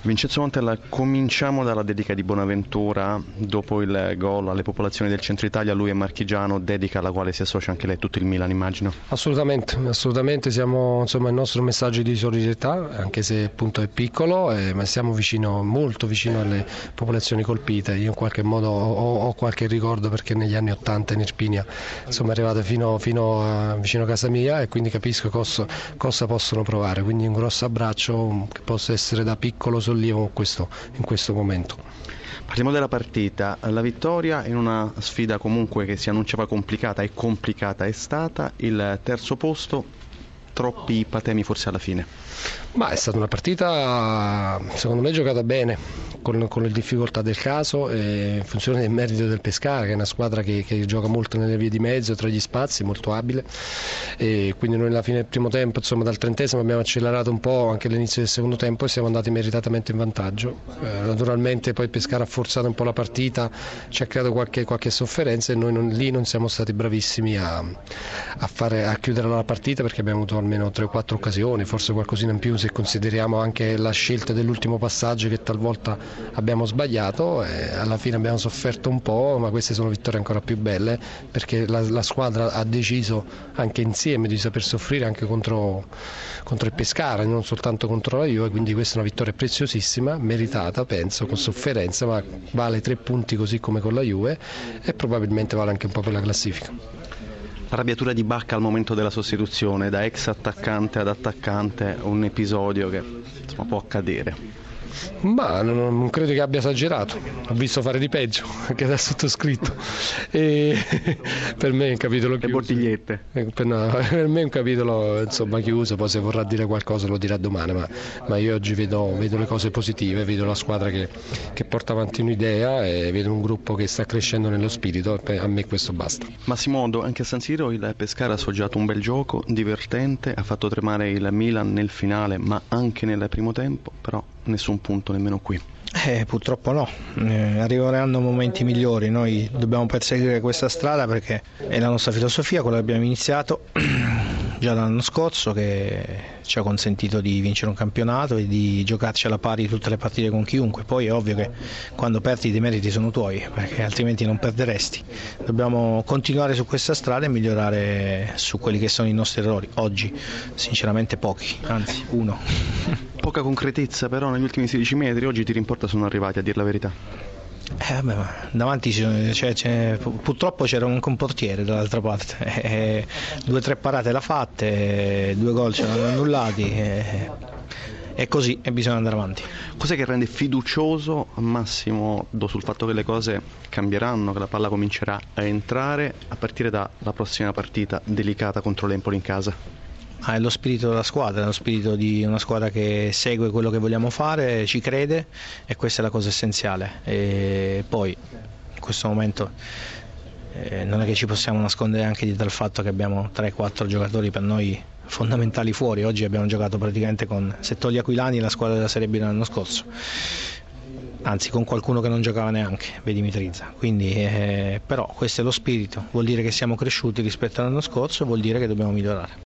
Vincenzo Montella, cominciamo dalla dedica di Bonaventura. Dopo il gol alle popolazioni del centro Italia, lui è marchigiano, dedica alla quale si associa anche lei, tutto il Milan immagino. Assolutamente, siamo, il nostro messaggio di solidarietà, anche se appunto è piccolo, ma siamo molto vicino alle popolazioni colpite. Io in qualche modo ho qualche ricordo, perché negli anni '80 in Irpinia è arrivata fino a vicino a casa mia, e quindi capisco cosa possono provare, quindi un grosso abbraccio che possa essere da piccolo sollievo in questo momento. Parliamo della partita, la vittoria in una sfida comunque che si annunciava complicata è stata, il terzo posto, troppi patemi forse alla fine. Ma è stata una partita secondo me giocata bene, con le difficoltà del caso, in funzione del merito del Pescara, che è una squadra che gioca molto nelle vie di mezzo, tra gli spazi, molto abile, e quindi noi alla fine del primo tempo, dal 30° abbiamo accelerato un po' anche all'inizio del secondo tempo e siamo andati meritatamente in vantaggio. Naturalmente poi il Pescara ha forzato un po' la partita, ci ha creato qualche sofferenza, e noi non siamo stati bravissimi a chiudere la partita, perché abbiamo avuto almeno 3 o 4 occasioni, forse qualcosina in più se consideriamo anche la scelta dell'ultimo passaggio, che talvolta abbiamo sbagliato, e alla fine abbiamo sofferto un po', ma queste sono vittorie ancora più belle, perché la squadra ha deciso anche insieme di saper soffrire anche contro il Pescara, non soltanto contro la Juve, quindi questa è una vittoria preziosissima, meritata penso, con sofferenza, ma vale 3 punti così come con la Juve, e probabilmente vale anche un po' per la classifica. L'arrabbiatura di Bacca al momento della sostituzione, da ex attaccante ad attaccante, un episodio che può accadere. Ma non credo che abbia esagerato, ho visto fare di peggio anche dal sottoscritto, e per me è un capitolo chiuso. Le bottigliette. Per me è un capitolo chiuso, poi se vorrà dire qualcosa lo dirà domani, ma io oggi vedo le cose positive, vedo la squadra che porta avanti un'idea, e vedo un gruppo che sta crescendo nello spirito, e a me questo basta. Massimo Odo, anche a San Siro il Pescara ha soggiato un bel gioco, divertente, ha fatto tremare il Milan nel finale ma anche nel primo tempo, però nessun punto nemmeno qui. Purtroppo no, arriveranno momenti migliori, noi dobbiamo perseguire questa strada perché è la nostra filosofia, quella che abbiamo iniziato già l'anno scorso, che ci ha consentito di vincere un campionato e di giocarci alla pari tutte le partite con chiunque. Poi è ovvio che quando perdi dei meriti sono tuoi, perché altrimenti non perderesti. Dobbiamo continuare su questa strada e migliorare su quelli che sono i nostri errori. Oggi sinceramente pochi, anzi uno. Poca concretezza però negli ultimi 16 metri, oggi tiri in porta sono arrivati, a dir la verità. Ma davanti purtroppo c'era anche un portiere dall'altra parte, 2 o 3 parate l'ha fatte, 2 gol ce l'hanno annullati, è così e bisogna andare avanti. Cos'è che rende fiducioso Massimo sul fatto che le cose cambieranno, che la palla comincerà a entrare a partire dalla prossima partita delicata contro l'Empoli in casa? È lo spirito della squadra, è lo spirito di una squadra che segue quello che vogliamo fare, ci crede, e questa è la cosa essenziale. E poi in questo momento non è che ci possiamo nascondere anche dietro al fatto che abbiamo 3-4 giocatori per noi fondamentali fuori. Oggi abbiamo giocato praticamente se togli Aquilani, la squadra della Serie B l'anno scorso, anzi con qualcuno che non giocava neanche, vedi Mitrizza. Quindi però questo è lo spirito, vuol dire che siamo cresciuti rispetto all'anno scorso, vuol dire che dobbiamo migliorare.